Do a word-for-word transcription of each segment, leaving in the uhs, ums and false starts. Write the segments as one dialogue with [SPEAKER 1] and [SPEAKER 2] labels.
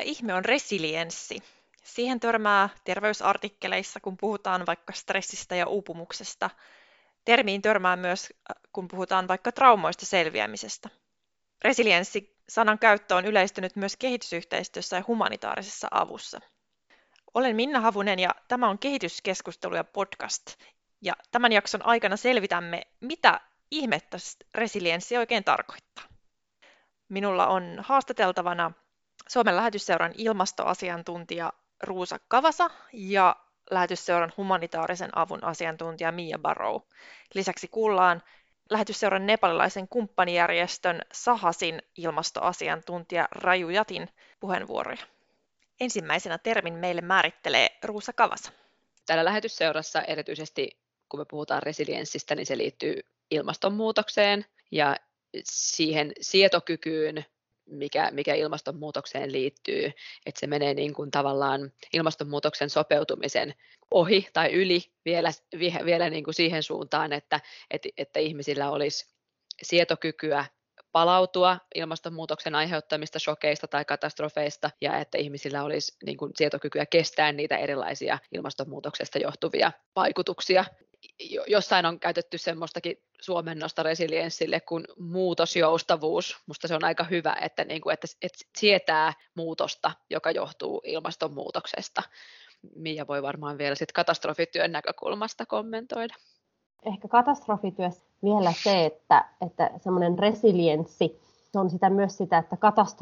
[SPEAKER 1] ihme on resilienssi? Siihen törmää terveysartikkeleissa, kun puhutaan vaikka stressistä ja uupumuksesta. Termiin törmää myös, kun puhutaan vaikka traumoista selviämisestä. Resilienssi-sanan käyttö on yleistynyt myös kehitysyhteistyössä ja humanitaarisessa avussa. Olen Minna Havunen ja tämä on Kehityskeskusteluja podcast. Ja tämän jakson aikana selvitämme, mitä ihmettä resilienssi oikein tarkoittaa. Minulla on haastateltavana Suomen Lähetysseuran ilmastoasiantuntija Ruusa Kavasa ja Lähetysseuran humanitaarisen avun asiantuntija Mia Barrow. Lisäksi kuullaan Lähetysseuran nepalilaisen kumppanijärjestön Sahasin ilmastoasiantuntija Raju Jatin puheenvuoroja. Ensimmäisenä termin meille määrittelee Ruusa Kavasa.
[SPEAKER 2] Täällä Lähetysseurassa erityisesti, kun me puhutaan resilienssistä, niin se liittyy ilmastonmuutokseen ja siihen sietokykyyn, mikä, mikä ilmastonmuutokseen liittyy, että se menee niin kuin tavallaan ilmastonmuutoksen sopeutumisen ohi tai yli vielä, vielä niin kuin siihen suuntaan, että, että, että ihmisillä olisi sietokykyä palautua ilmastonmuutoksen aiheuttamista shokeista tai katastrofeista ja että ihmisillä olisi niin kuin sietokykyä kestää niitä erilaisia ilmastonmuutoksesta johtuvia vaikutuksia. Jossain on käytetty semmoistakin suomennosta resilienssille kuin muutosjoustavuus. Musta se on aika hyvä, että, niin kuin, että, että sietää muutosta, joka johtuu ilmastonmuutoksesta. Mia voi varmaan vielä sit katastrofityön näkökulmasta kommentoida.
[SPEAKER 3] Ehkä katastrofityössä vielä se, että, että semmoinen resilienssi, se on sitä myös sitä, että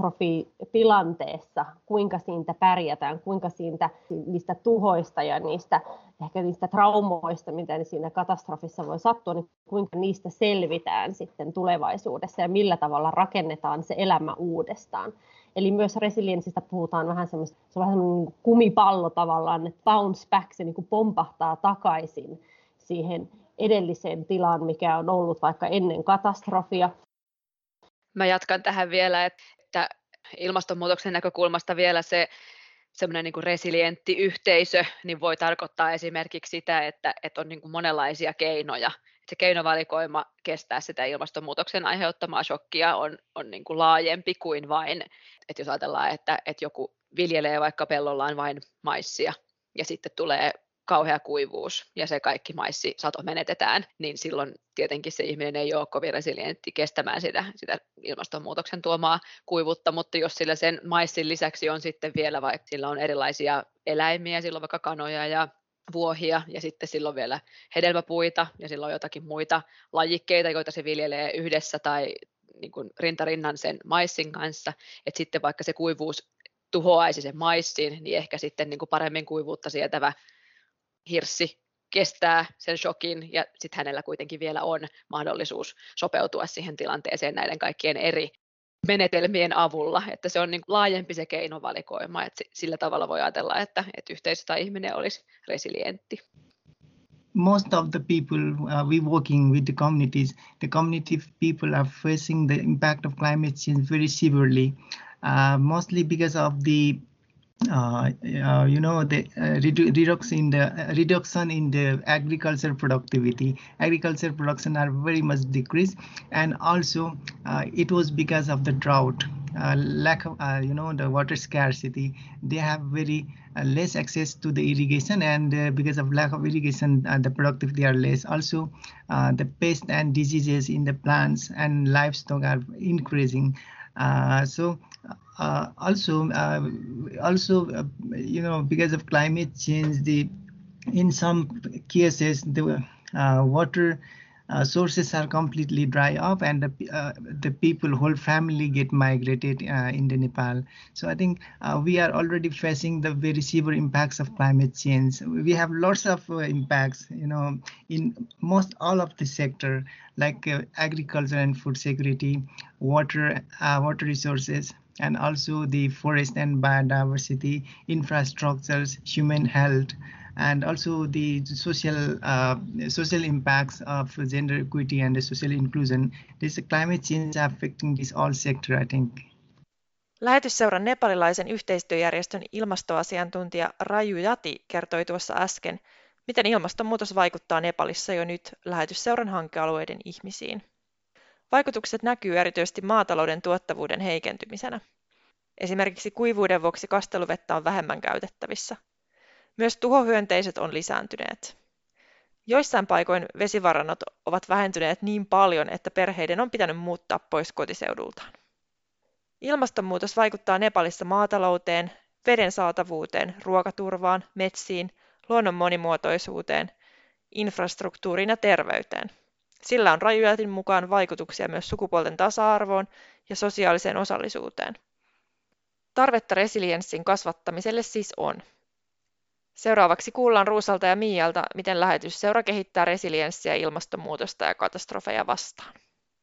[SPEAKER 3] katastrofitilanteessa, kuinka siitä pärjätään, kuinka siitä, niistä tuhoista ja niistä, ehkä niistä traumoista, mitä siinä katastrofissa voi sattua, niin kuinka niistä selvitään sitten tulevaisuudessa ja millä tavalla rakennetaan se elämä uudestaan. Eli myös resilienssistä puhutaan vähän semmoista, se on vähän semmoinen kumipallo tavallaan, että bounce back, se niin kuin pompahtaa takaisin siihen edelliseen tilaan, mikä on ollut vaikka ennen katastrofia.
[SPEAKER 2] Mä jatkan tähän vielä, että ilmastonmuutoksen näkökulmasta vielä se semmoinen niin kuin resilientti yhteisö niin voi tarkoittaa esimerkiksi sitä, että, että on niin kuin monenlaisia keinoja. Se keinovalikoima kestää sitä ilmastonmuutoksen aiheuttamaa shokkia on, on niin kuin laajempi kuin vain, että jos ajatellaan, että, että joku viljelee vaikka pellollaan vain maissia ja sitten tulee kauhea kuivuus ja se kaikki maissisato menetetään, niin silloin tietenkin se ihminen ei ole kovin resilientti kestämään sitä, sitä ilmastonmuutoksen tuomaa kuivuutta, mutta jos sillä sen maissin lisäksi on sitten vielä, vaikka sillä on erilaisia eläimiä, sillä on vaikka kanoja ja vuohia ja sitten silloin vielä hedelmäpuita ja silloin jotakin muita lajikkeita, joita se viljelee yhdessä tai niin kuin rintarinnan sen maissin kanssa, että sitten vaikka se kuivuus tuhoaisi sen maissin, niin ehkä sitten niin kuin paremmin kuivuutta sietävä hirssi kestää sen shokin ja sitten hänellä kuitenkin vielä on mahdollisuus sopeutua siihen tilanteeseen näiden kaikkien eri menetelmien avulla, että se on niin laajempi se keinovalikoima, että sillä tavalla voi ajatella, että, että yhteisö tai ihminen olisi resilientti.
[SPEAKER 4] Most of the people uh, we working with the communities, the community people are facing the impact of climate change very severely, uh, mostly because of the Uh, uh, you know the uh, redu reduction in the uh, reduction in the agriculture productivity. Agriculture production are very much decreased, and also uh, it was because of the drought, uh, lack of uh, you know the water scarcity. They have very uh, less access to the irrigation, and uh, because of lack of irrigation, uh, the productivity are less. Also, uh, the pests and diseases in the plants and livestock are increasing. Uh, so. Uh, also, uh, also, uh, you know, because of climate change, the in some cases the uh, water uh, sources are completely dry up, and the uh, the people, whole family, get migrated uh, in the Nepal. So I think uh, we are already facing the very severe impacts of climate change. We have lots of uh, impacts, you know, in most all of the sector, like uh, agriculture and food security, water, uh, water resources, and also the forest and biodiversity, infrastructures, human health, and also the social uh, social impacts of gender equity and the social inclusion. This climate change affecting this all sector, I think.
[SPEAKER 1] Lähetysseuran nepalilaisen yhteistyöjärjestön ilmastoasiantuntija Raju Jati kertoi tuossa äsken, miten ilmastonmuutos vaikuttaa Nepalissa jo nyt Lähetysseuran hankealueiden ihmisiin. Vaikutukset näkyy erityisesti maatalouden tuottavuuden heikentymisenä. Esimerkiksi kuivuuden vuoksi kasteluvettä on vähemmän käytettävissä. Myös tuhohyönteiset on lisääntyneet. Joissain paikoin vesivarannot ovat vähentyneet niin paljon, että perheiden on pitänyt muuttaa pois kotiseudultaan. Ilmastonmuutos vaikuttaa Nepalissa maatalouteen, veden saatavuuteen, ruokaturvaan, metsiin, luonnon monimuotoisuuteen, infrastruktuuriin ja terveyteen. Sillä on rajujatin mukaan vaikutuksia myös sukupuolten tasa-arvoon ja sosiaaliseen osallisuuteen. Tarvetta resilienssin kasvattamiselle siis on. Seuraavaksi kuullaan Ruusalta ja Miialta, miten lähetysseura kehittää resilienssiä ilmastonmuutosta ja katastrofeja vastaan.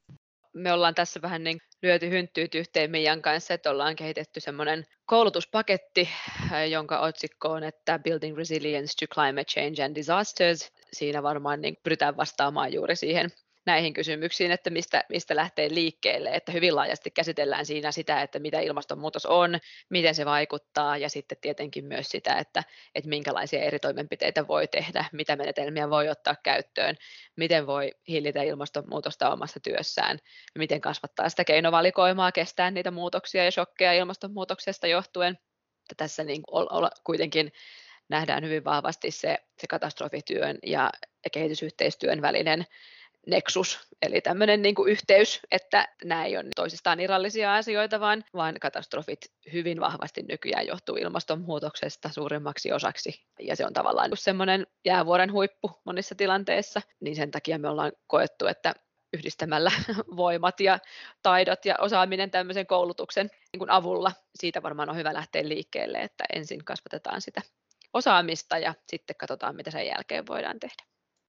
[SPEAKER 2] Me ollaan tässä vähän niin lyöty hynttyyt yhteen Miian kanssa, että ollaan kehitetty semmoinen koulutuspaketti, jonka otsikko on, että Building Resilience to Climate Change and Disasters. Siinä varmaan niin pyritään vastaamaan juuri siihen näihin kysymyksiin, että mistä, mistä lähtee liikkeelle, että hyvin laajasti käsitellään siinä sitä, että mitä ilmastonmuutos on, miten se vaikuttaa ja sitten tietenkin myös sitä, että, että minkälaisia eri toimenpiteitä voi tehdä, mitä menetelmiä voi ottaa käyttöön, miten voi hillitä ilmastonmuutosta omassa työssään, miten kasvattaa sitä keinovalikoimaa, kestää niitä muutoksia ja shokkeja ilmastonmuutoksesta johtuen. Tässä niin kuitenkin nähdään hyvin vahvasti se, se katastrofityön ja kehitysyhteistyön välinen nexus, eli tämmöinen niin kuin yhteys, että nämä ei ole toisistaan irrallisia asioita, vaan, vaan katastrofit hyvin vahvasti nykyään johtuu ilmastonmuutoksesta suurimmaksi osaksi, ja se on tavallaan semmoinen jäävuoren huippu monissa tilanteissa, niin sen takia me ollaan koettu, että yhdistämällä voimat ja taidot ja osaaminen tämmöisen koulutuksen niin kuin avulla, siitä varmaan on hyvä lähteä liikkeelle, että ensin kasvatetaan sitä osaamista ja sitten katsotaan, mitä sen jälkeen voidaan tehdä.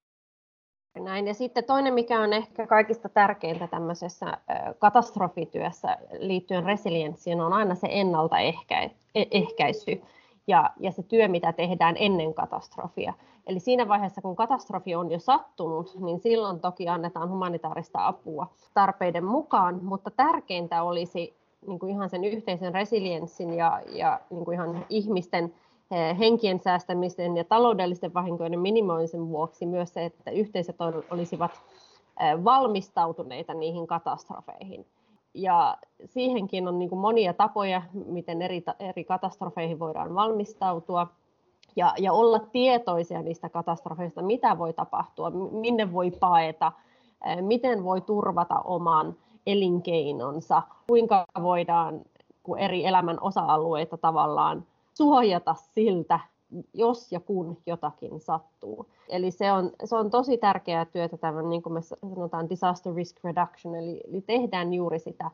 [SPEAKER 3] Näin. Ja sitten toinen, mikä on ehkä kaikista tärkeintä tämmöisessä katastrofityössä liittyen resilienssiin, on aina se ennaltaehkäisy ja, ja se työ, mitä tehdään ennen katastrofia. Eli siinä vaiheessa, kun katastrofi on jo sattunut, niin silloin toki annetaan humanitaarista apua tarpeiden mukaan, mutta tärkeintä olisi niin kuin ihan sen yhteisen resilienssin ja, ja niin kuin ihan ihmisten henkien säästämisen ja taloudellisten vahinkojen minimoimisen vuoksi myös se, että yhteisöt olisivat valmistautuneita niihin katastrofeihin. Ja siihenkin on niin kuin monia tapoja, miten eri, eri katastrofeihin voidaan valmistautua ja, ja olla tietoisia niistä katastrofeista, mitä voi tapahtua, minne voi paeta, miten voi turvata oman elinkeinonsa, kuinka voidaan eri elämän osa-alueita tavallaan suojata siltä, jos ja kun jotakin sattuu. Eli se on, se on tosi tärkeää työtä, tämän, niin kuin me sanotaan disaster risk reduction, eli, eli tehdään juuri sitä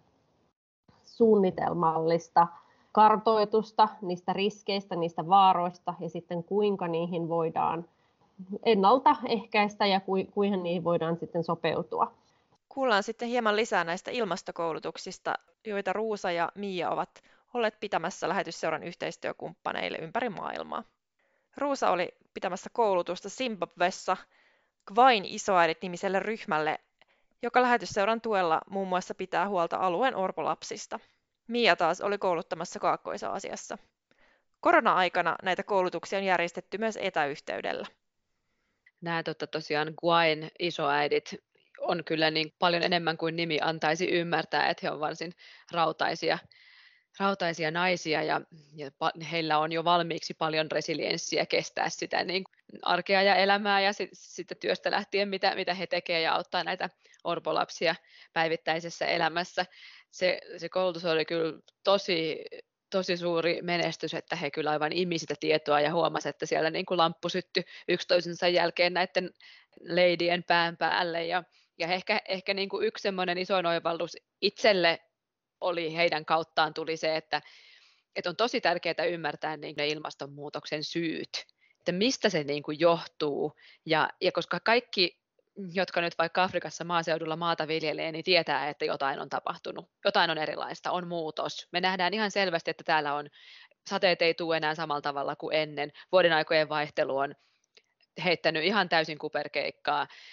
[SPEAKER 3] suunnitelmallista kartoitusta niistä riskeistä, niistä vaaroista ja sitten kuinka niihin voidaan ennaltaehkäistä ja kuinka niihin voidaan sitten sopeutua.
[SPEAKER 1] Kuullaan sitten hieman lisää näistä ilmastokoulutuksista, joita Ruusa ja Miia ovat olleet pitämässä lähetysseuran yhteistyökumppaneille ympäri maailmaa. Ruusa oli pitämässä koulutusta Zimbabwessa Gwain isoäidit-nimiselle ryhmälle, joka lähetysseuran tuella muun muassa pitää huolta alueen orpolapsista. Miia taas oli kouluttamassa Kaakkois-Aasiassa. Korona-aikana näitä koulutuksia on järjestetty myös etäyhteydellä.
[SPEAKER 2] Nämä totta, tosiaan Gwain isoäidit on kyllä niin paljon enemmän kuin nimi antaisi ymmärtää, että he ovat varsin rautaisia rautaisia naisia ja, ja heillä on jo valmiiksi paljon resilienssiä kestää sitä niin arkea ja elämää ja sit, sitten työstä lähtien, mitä, mitä he tekevät ja auttaa näitä orpolapsia päivittäisessä elämässä. Se, se koulutus oli kyllä tosi, tosi suuri menestys, että he kyllä aivan imi sitä tietoa ja huomasi, että siellä niin kuin lamppu syttyi yksi toisensa jälkeen näiden leidien pään päälle ja, ja ehkä, ehkä niin kuin yksi semmoinen iso oivallus itselle oli heidän kauttaan tuli se, että, että on tosi tärkeää ymmärtää niin ne ilmastonmuutoksen syyt, että mistä se niin kuin johtuu. Ja, ja koska kaikki, jotka nyt vaikka Afrikassa maaseudulla maata viljelee, niin tietää, että jotain on tapahtunut, jotain on erilaista, on muutos. Me nähdään ihan selvästi, että täällä on sateet ei tule enää samalla tavalla kuin ennen. Vuoden aikojen vaihtelu on heittänyt ihan täysin kuperkeikkaa.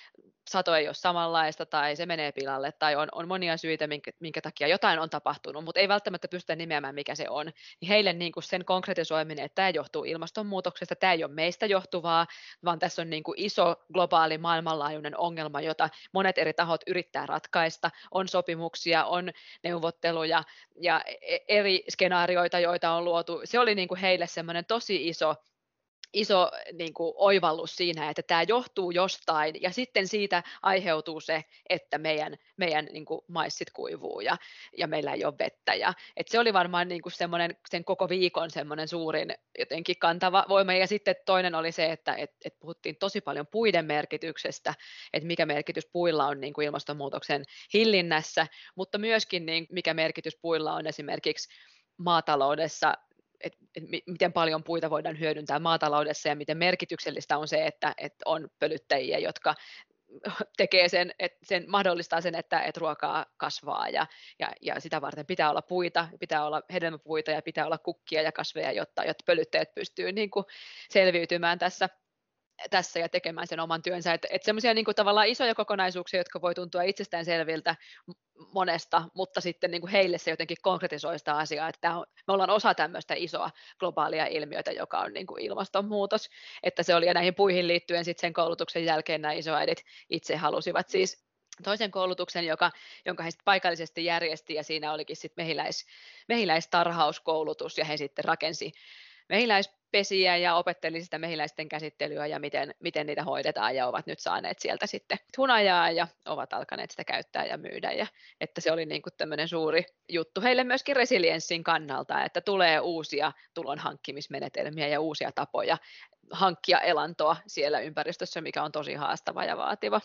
[SPEAKER 2] sato ei ole samanlaista tai se menee pilalle tai on, on monia syitä, minkä, minkä takia jotain on tapahtunut, mutta ei välttämättä pystytä nimeämään, mikä se on. Niin heille niin kuin sen konkretisoiminen, että tämä johtuu ilmastonmuutoksesta, tämä ei ole meistä johtuvaa, vaan tässä on niin kuin iso globaali maailmanlaajuinen ongelma, jota monet eri tahot yrittää ratkaista. On sopimuksia, on neuvotteluja ja eri skenaarioita, joita on luotu. Se oli niin kuin heille semmoinen tosi iso iso niin kuin, oivallus siinä, että tämä johtuu jostain ja sitten siitä aiheutuu se, että meidän, meidän niin kuin, maissit kuivuu ja, ja meillä ei ole vettä. Ja, et se oli varmaan niin kuin, semmoinen, sen koko viikon semmoinen suurin jotenkin kantava voima. Ja sitten toinen oli se, että et, et puhuttiin tosi paljon puiden merkityksestä, että mikä merkitys puilla on niin kuin, ilmastonmuutoksen hillinnässä, mutta myöskin niin, mikä merkitys puilla on esimerkiksi maataloudessa, että et miten paljon puita voidaan hyödyntää maataloudessa ja miten merkityksellistä on se, että, että on pölyttäjiä, jotka tekee sen, että sen mahdollistaa sen, että, että ruokaa kasvaa ja, ja, ja sitä varten pitää olla puita, pitää olla hedelmäpuita ja pitää olla kukkia ja kasveja, jotta, jotta pölyttäjät pystyy niin kuin selviytymään tässä. tässä ja tekemään sen oman työnsä. Että et semmoisia niin kuin tavallaan isoja kokonaisuuksia, jotka voi tuntua itsestäänselviltä monesta, mutta sitten niin kuin heille se jotenkin konkretisoi sitä asiaa, että on, me ollaan osa tämmöistä isoa globaalia ilmiötä, joka on niin kuin ilmastonmuutos. Että se oli ja näihin puihin liittyen sitten sen koulutuksen jälkeen nämä isoäidit itse halusivat siis toisen koulutuksen, joka, jonka he sitten paikallisesti järjesti ja siinä olikin sitten mehiläis, mehiläistarhauskoulutus ja he sitten rakensi mehiläispesiä ja opetteli sitä mehiläisten käsittelyä ja miten, miten niitä hoidetaan ja ovat nyt saaneet sieltä sitten hunajaa ja ovat alkaneet sitä käyttää ja myydä. Ja, että se oli niin kuin tämmöinen suuri juttu heille myöskin resilienssin kannalta, että tulee uusia tulonhankkimismenetelmiä ja uusia tapoja hankkia elantoa siellä ympäristössä, mikä on tosi haastava ja vaativa.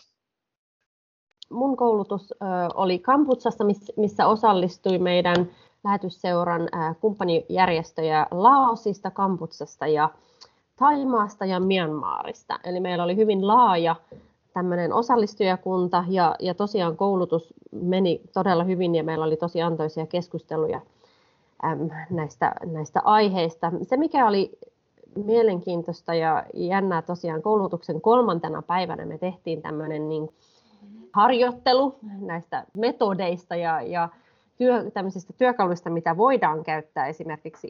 [SPEAKER 3] Mun koulutus oli Kamputsassa, missä osallistui meidän lähetysseuran kumppanijärjestöjä Laosista, Kamputsasta ja Thaimaasta ja Myanmarista. Eli meillä oli hyvin laaja tämmöinen osallistujakunta ja, ja tosiaan koulutus meni todella hyvin ja meillä oli tosi antoisia keskusteluja äm, näistä, näistä aiheista. Se mikä oli mielenkiintoista ja jännää tosiaan koulutuksen kolmantena päivänä me tehtiin tämmöinen niin harjoittelu näistä metodeista ja, ja työ, tämmöisistä työkaluista, mitä voidaan käyttää esimerkiksi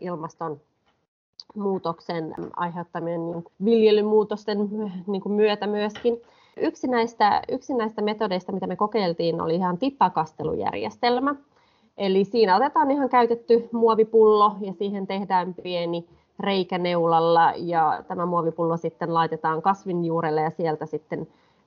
[SPEAKER 3] ilmastonmuutoksen aiheuttamien niin kuin viljelymuutosten niin kuin myötä myöskin. Yksi näistä, yksi näistä metodeista, mitä me kokeiltiin, oli ihan tippakastelujärjestelmä. Eli siinä otetaan ihan käytetty muovipullo ja siihen tehdään pieni reikä neulalla ja tämä muovipullo sitten laitetaan kasvin juurelle ja sieltä sitten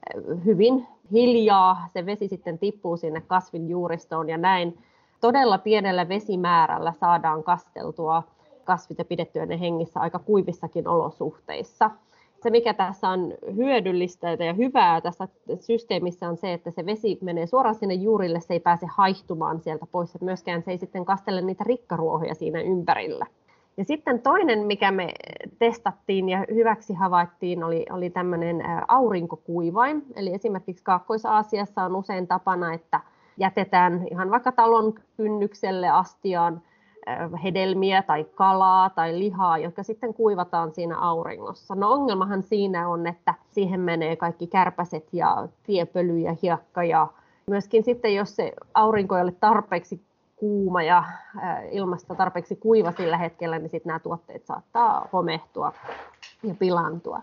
[SPEAKER 3] hyvin hiljaa se vesi sitten tippuu sinne kasvin juuristoon ja näin todella pienellä vesimäärällä saadaan kasteltua kasvit ja pidettyä ne hengissä aika kuivissakin olosuhteissa. Se mikä tässä on hyödyllistä ja hyvää tässä systeemissä on se, että se vesi menee suoraan sinne juurille, se ei pääse haihtumaan sieltä pois ja myöskään se ei sitten kastele niitä rikkaruohoja siinä ympärillä. Ja sitten toinen, mikä me testattiin ja hyväksi havaittiin, oli, oli tämmöinen aurinkokuivain. Eli esimerkiksi Kaakkois-Aasiassa on usein tapana, että jätetään ihan vaikka talon kynnykselle astiaan hedelmiä tai kalaa tai lihaa, jotka sitten kuivataan siinä auringossa. No ongelmahan siinä on, että siihen menee kaikki kärpäset ja tiepöly ja hiekka ja myöskin sitten, jos se aurinko ei ole tarpeeksi kuuma ja ilmasto tarpeeksi kuiva sillä hetkellä, niin sitten nämä tuotteet saattaa homehtua ja pilaantua.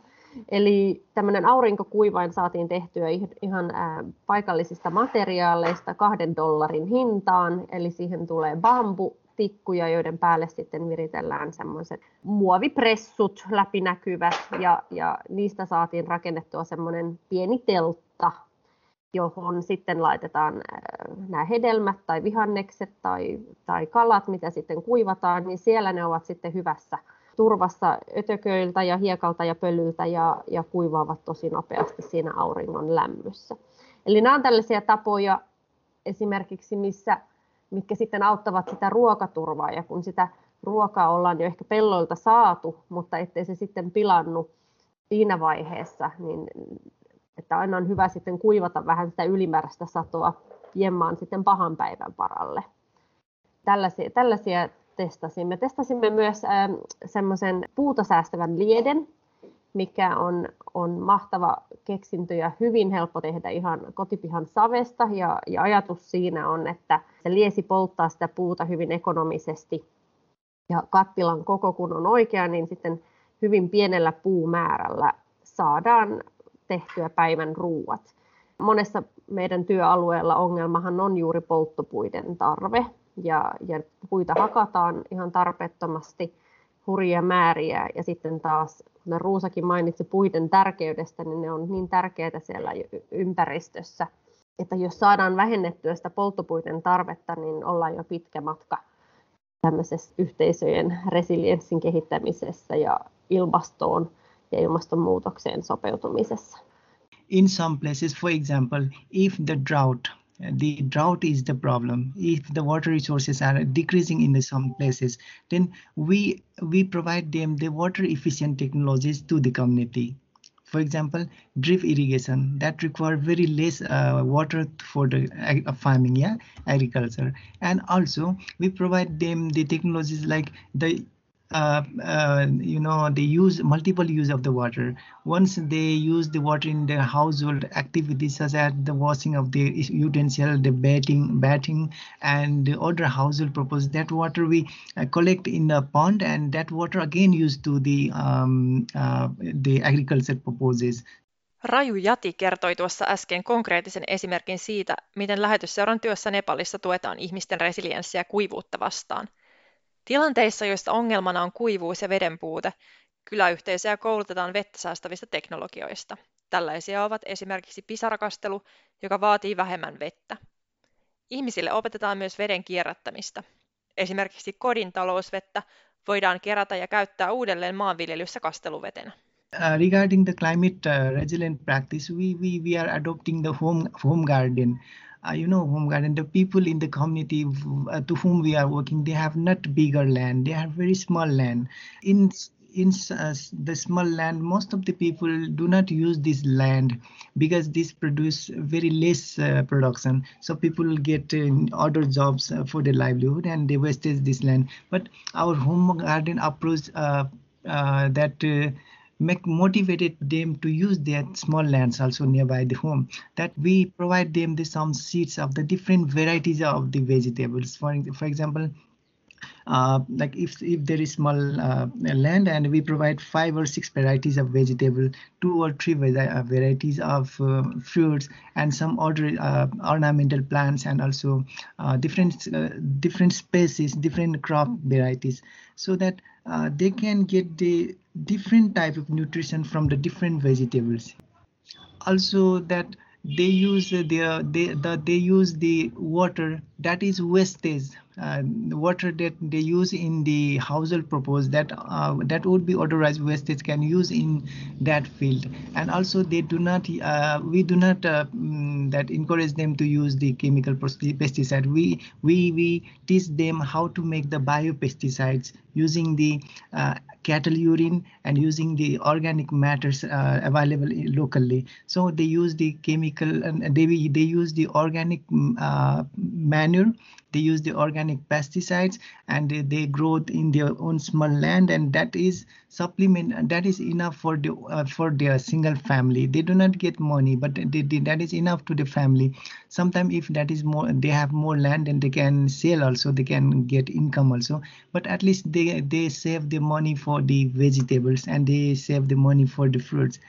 [SPEAKER 3] Eli tämmöinen aurinkokuivain saatiin tehtyä ihan paikallisista materiaaleista kahden dollarin hintaan, eli siihen tulee bambutikkuja, joiden päälle sitten viritellään semmoiset muovipressut läpinäkyvät ja, ja niistä saatiin rakennettua semmoinen pieni teltta, johon sitten laitetaan nämä hedelmät tai vihannekset tai, tai kalat, mitä sitten kuivataan, niin siellä ne ovat sitten hyvässä turvassa ötököiltä ja hiekalta ja pölyltä ja, ja kuivaavat tosi nopeasti siinä auringon lämmössä. Eli nämä on tällaisia tapoja esimerkiksi, missä, mitkä sitten auttavat sitä ruokaturvaa ja kun sitä ruokaa ollaan jo ehkä pelloilta saatu, mutta ettei se sitten pilannut siinä vaiheessa, niin että aina on hyvä sitten kuivata vähän sitä ylimääräistä satoa jemmaan sitten pahan päivän varalle. Tällaisia, tällaisia testasimme. Testasimme myös äh, semmoisen puuta säästävän lieden, mikä on, on mahtava keksintö ja hyvin helppo tehdä ihan kotipihan savesta. Ja, ja ajatus siinä on, että se liesi polttaa sitä puuta hyvin ekonomisesti ja kattilan koko kun on oikea, niin sitten hyvin pienellä puumäärällä saadaan tehtyä päivän ruuat. Monessa meidän työalueella ongelmahan on juuri polttopuiden tarve ja, ja puita hakataan ihan tarpeettomasti hurjia määriä ja sitten taas, kun Ruusakin mainitsi puiden tärkeydestä, niin ne on niin tärkeitä siellä ympäristössä, että jos saadaan vähennettyä sitä polttopuiden tarvetta, niin ollaan jo pitkä matka tämmöisessä yhteisöjen resilienssin kehittämisessä ja ilmastoon ja ilmastonmuutokseen sopeutumisessa.
[SPEAKER 4] In some places, for example, if the drought, the drought is the problem, if the water resources are decreasing in the some places, then we we provide them the water efficient technologies to the community. For example, drip irrigation that require very less uh, water for the uh, farming, yeah, agriculture, and also we provide them the technologies like the Uh, uh, you know, they use multiple use of the water. Once they use the water in their household activities such as the washing of the utensil, the bathing, bathing, and the other household purpose, that water we uh, collect in the pond, and that water again used to the um, uh, the agriculture purposes.
[SPEAKER 1] Raju Jati kertoi tuossa äsken konkreettisen esimerkin siitä, miten lähetysseuran työssä Nepalissa tuetaan ihmisten resilienssiä kuivuutta vastaan. Tilanteissa, joissa ongelmana on kuivuus ja veden puute, kyläyhteisöjä koulutetaan vettä säästävistä teknologioista. Tällaisia ovat esimerkiksi pisarakastelu, joka vaatii vähemmän vettä. Ihmisille opetetaan myös veden kierrättämistä. Esimerkiksi kodin talousvettä voidaan kerätä ja käyttää uudelleen maanviljelyssä kasteluvetenä.
[SPEAKER 4] Uh, regarding the climate uh, resilient practice, we, we, we are adopting the home, home garden. Uh, you know, home garden, the people in the community uh, to whom we are working, they have not bigger land, they have very small land. In in uh, the small land, most of the people do not use this land because this produce very less uh, production. So people get uh, other jobs uh, for their livelihood and they wastage this land. But our home garden approach uh, uh, that uh, make motivated them to use their small lands also nearby the home, that we provide them the some seeds of the different varieties of the vegetables. For, for example, uh, like if, if there is small uh, land and we provide five or six varieties of vegetable, two or three varieties of uh, fruits and some other uh, ornamental plants and also uh, different uh, different species, different crop varieties, so that uh, they can get the different type of nutrition from the different vegetables. Also that they use their they the, they use the water that is wastage, uh, the water that they use in the household purpose, that uh, that would be otherwise wastage can use in that field. And also they do not uh, we do not uh, mm, that encourage them to use the chemical pesticide. We we we teach them how to make the biopesticides using the uh, cattle urine and using the organic matters uh, available locally. So they use the chemical and they they use the organic uh, manure, they use the organic pesticides, and they, they grow in their own small land, and that is supplement that is enough for the uh, for their single family. They do not get money, but they, they, that is enough to the family. Sometimes if that is more, they have more land and they can sell also, they can get income also, but at least they they save the money for the vegetables and they save the money for the fruits.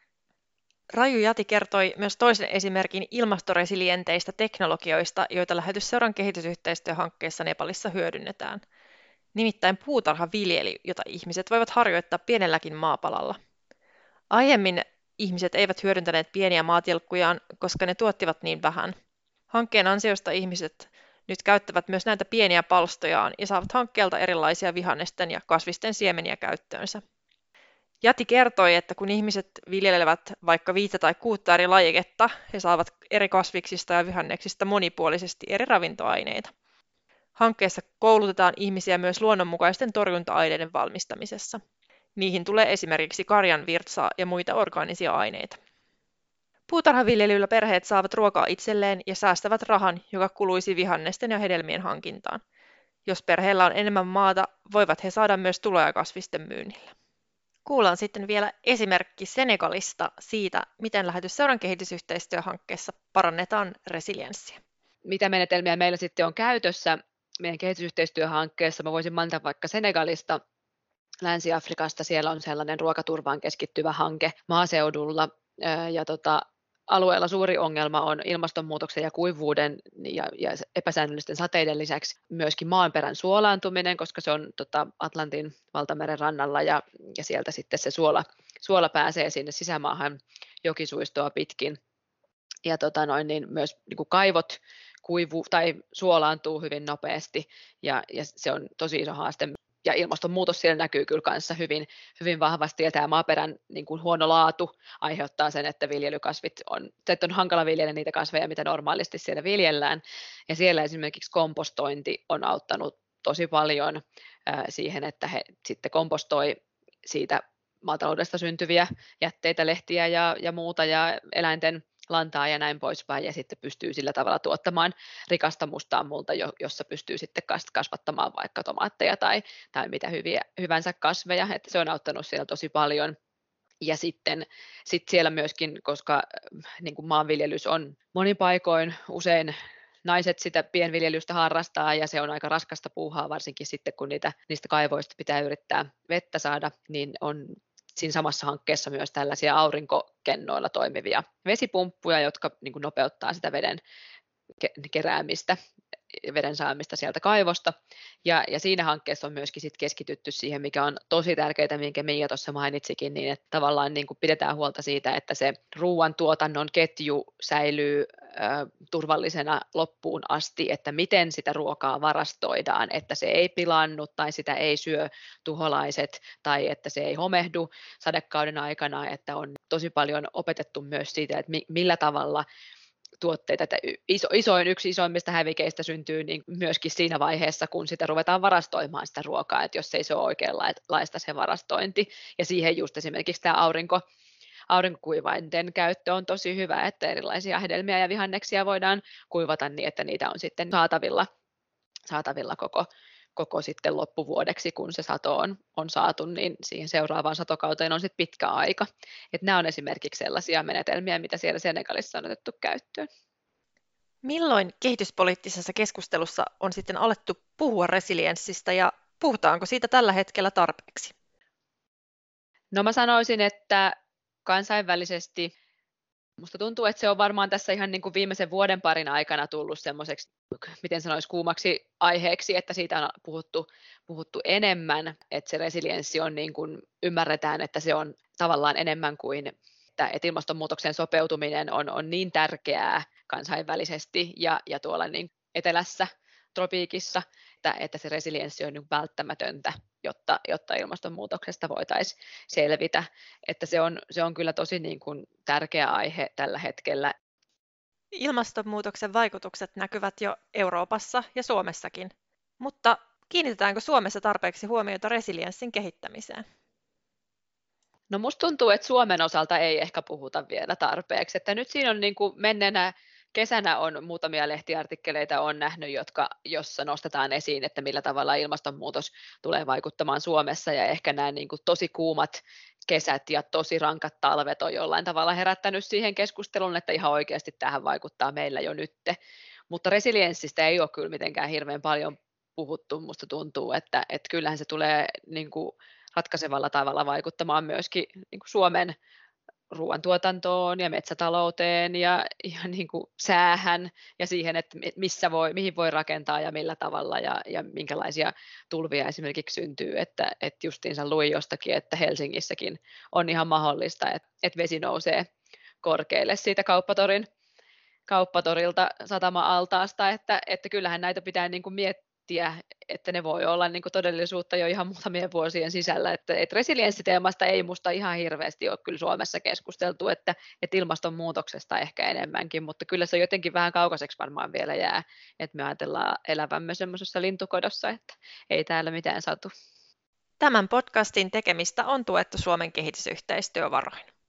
[SPEAKER 1] Raju Jati kertoi myös toisen esimerkin ilmastoresilienteistä teknologioista, joita lähetysseuran kehitysyhteistyöhankkeessa Nepalissa hyödynnetään. Nimittäin puutarhaviljely, jota ihmiset voivat harjoittaa pienelläkin maapalalla. Aiemmin ihmiset eivät hyödyntäneet pieniä maatilkkujaan, koska ne tuottivat niin vähän. Hankkeen ansiosta ihmiset nyt käyttävät myös näitä pieniä palstojaan ja saavat hankkeelta erilaisia vihannesten ja kasvisten siemeniä käyttöönsä. Jati kertoi, että kun ihmiset viljelevät vaikka viittä tai kuutta eri lajiketta, he saavat eri kasviksista ja vihanneksista monipuolisesti eri ravintoaineita. Hankkeessa koulutetaan ihmisiä myös luonnonmukaisten torjunta-aineiden valmistamisessa. Niihin tulee esimerkiksi karjan virtsaa ja muita orgaanisia aineita. Puutarhaviljelyllä perheet saavat ruokaa itselleen ja säästävät rahan, joka kuluisi vihannesten ja hedelmien hankintaan. Jos perheellä on enemmän maata, voivat he saada myös tuloja kasvisten myynnillä. Kuullaan sitten vielä esimerkki Senegalista siitä, miten Lähetysseuran kehitysyhteistyöhankkeessa parannetaan resilienssiä.
[SPEAKER 2] Mitä menetelmiä meillä sitten on käytössä meidän kehitysyhteistyöhankkeessa? Mä voisin mainita vaikka Senegalista, Länsi-Afrikasta. Siellä on sellainen ruokaturvaan keskittyvä hanke maaseudulla, ja tota, alueella suuri ongelma on ilmastonmuutoksen ja kuivuuden ja, ja epäsäännöllisten sateiden lisäksi myöskin maanperän suolaantuminen, koska se on tota, Atlantin valtameren rannalla ja, ja sieltä sitten se suola, suola pääsee sinne sisämaahan jokisuistoa pitkin. Ja tota noin, niin myös niin kuin kaivot kuivu tai suolaantuu hyvin nopeasti ja, ja se on tosi iso haaste. Ja ilmastonmuutos siellä näkyy kyllä kanssa hyvin, hyvin vahvasti, ja tämä maaperän niin kuin huono laatu aiheuttaa sen, että viljelykasvit on, että on hankala viljellä niitä kasveja, mitä normaalisti siellä viljellään. Ja siellä esimerkiksi kompostointi on auttanut tosi paljon ää, siihen, että he sitten kompostoi siitä maataloudesta syntyviä jätteitä, lehtiä ja, ja muuta, ja eläinten lantaa ja näin poispäin, ja sitten pystyy sillä tavalla tuottamaan rikasta mustaa multa, jossa pystyy sitten kasvattamaan vaikka tomaatteja tai, tai mitä hyviä, hyvänsä kasveja, että se on auttanut siellä tosi paljon. Ja sitten sit siellä myöskin, koska niin kuin maanviljelys on monin paikoin usein naiset sitä pienviljelystä harrastaa ja se on aika raskasta puuhaa, varsinkin sitten kun niitä, niistä kaivoista pitää yrittää vettä saada, niin on siinä samassa hankkeessa myös tällaisia aurinkokennoilla toimivia vesipumppuja, jotka niin kuin nopeuttaa sitä veden keräämistä, veden saamista sieltä kaivosta. Ja, ja siinä hankkeessa on myöskin sit keskitytty siihen, mikä on tosi tärkeää, minkä Mia tuossa mainitsikin, niin että tavallaan niin kuin pidetään huolta siitä, että se ruoantuotannon ketju säilyy ö, turvallisena loppuun asti, että miten sitä ruokaa varastoidaan, että se ei pilannu tai sitä ei syö tuholaiset tai että se ei homehdu sadekauden aikana, että on tosi paljon opetettu myös siitä, että mi, millä tavalla tuotteita, että iso, isoin, yksi isoimmista hävikeistä syntyy niin myöskin siinä vaiheessa, kun sitä ruvetaan varastoimaan sitä ruokaa, että jos ei se ole oikeanlaista se varastointi, ja siihen just esimerkiksi tämä aurinko, aurinkokuivainten käyttö on tosi hyvä, että erilaisia hedelmiä ja vihanneksia voidaan kuivata niin, että niitä on sitten saatavilla, saatavilla koko, koko sitten loppuvuodeksi, kun se sato on, on saatu, niin siihen seuraavaan satokauteen on sitten pitkä aika. Et nämä on esimerkiksi sellaisia menetelmiä, mitä siellä Senegalissa on otettu käyttöön.
[SPEAKER 1] Milloin kehityspoliittisessa keskustelussa on sitten alettu puhua resilienssistä ja puhutaanko siitä tällä hetkellä tarpeeksi?
[SPEAKER 2] No mä sanoisin, että kansainvälisesti musta tuntuu, että se on varmaan tässä ihan niin kuin viimeisen vuoden parin aikana tullut semmoiseksi, miten sanoisi, kuumaksi aiheeksi, että siitä on puhuttu, puhuttu enemmän, että se resilienssi on niin kuin, ymmärretään, että se on tavallaan enemmän kuin, että, että ilmastonmuutoksen sopeutuminen on, on niin tärkeää kansainvälisesti ja, ja tuolla niin etelässä, tropiikissa, että, että se resilienssi on niin välttämätöntä, jotta, jotta ilmastonmuutoksesta voitaisiin selvitä. Että se on, se on kyllä tosi niin kuin tärkeä aihe tällä hetkellä.
[SPEAKER 1] Ilmastonmuutoksen vaikutukset näkyvät jo Euroopassa ja Suomessakin, mutta kiinnitetäänkö Suomessa tarpeeksi huomiota resilienssin kehittämiseen?
[SPEAKER 2] No musta tuntuu, että Suomen osalta ei ehkä puhuta vielä tarpeeksi, että nyt siinä on niin kuin menneenä kesänä on muutamia lehtiartikkeleita on nähnyt, jotka, jossa nostetaan esiin, että millä tavalla ilmastonmuutos tulee vaikuttamaan Suomessa, ja ehkä nämä niin kuin tosi kuumat kesät ja tosi rankat talvet on jollain tavalla herättänyt siihen keskusteluun, että ihan oikeasti tähän vaikuttaa meillä jo nyt. Mutta resilienssistä ei ole kyllä mitenkään hirveän paljon puhuttu, musta tuntuu, että, että kyllähän se tulee niin kuin ratkaisevalla tavalla vaikuttamaan myöskin niin kuin Suomen ruoantuotantoon ja metsätalouteen ja, ja niin kuin säähän ja siihen, että missä voi, mihin voi rakentaa ja millä tavalla ja, ja minkälaisia tulvia esimerkiksi syntyy. Että, että justiinsa luin jostakin, että Helsingissäkin on ihan mahdollista, että, että vesi nousee korkealle siitä kauppatorin, kauppatorilta satama-altaasta, että, että kyllähän näitä pitää niin kuin miettiä, että ne voi olla niin kuin todellisuutta jo ihan muutamien vuosien sisällä, että, että resilienssiteemasta ei musta ihan hirveästi ole kyllä Suomessa keskusteltu, että, että ilmastonmuutoksesta ehkä enemmänkin, mutta kyllä se jotenkin vähän kaukaiseksi varmaan vielä jää, että me ajatellaan elävämme semmoisessa lintukodossa, että ei täällä mitään satu.
[SPEAKER 1] Tämän podcastin tekemistä on tuettu Suomen kehitysyhteistyövaroin.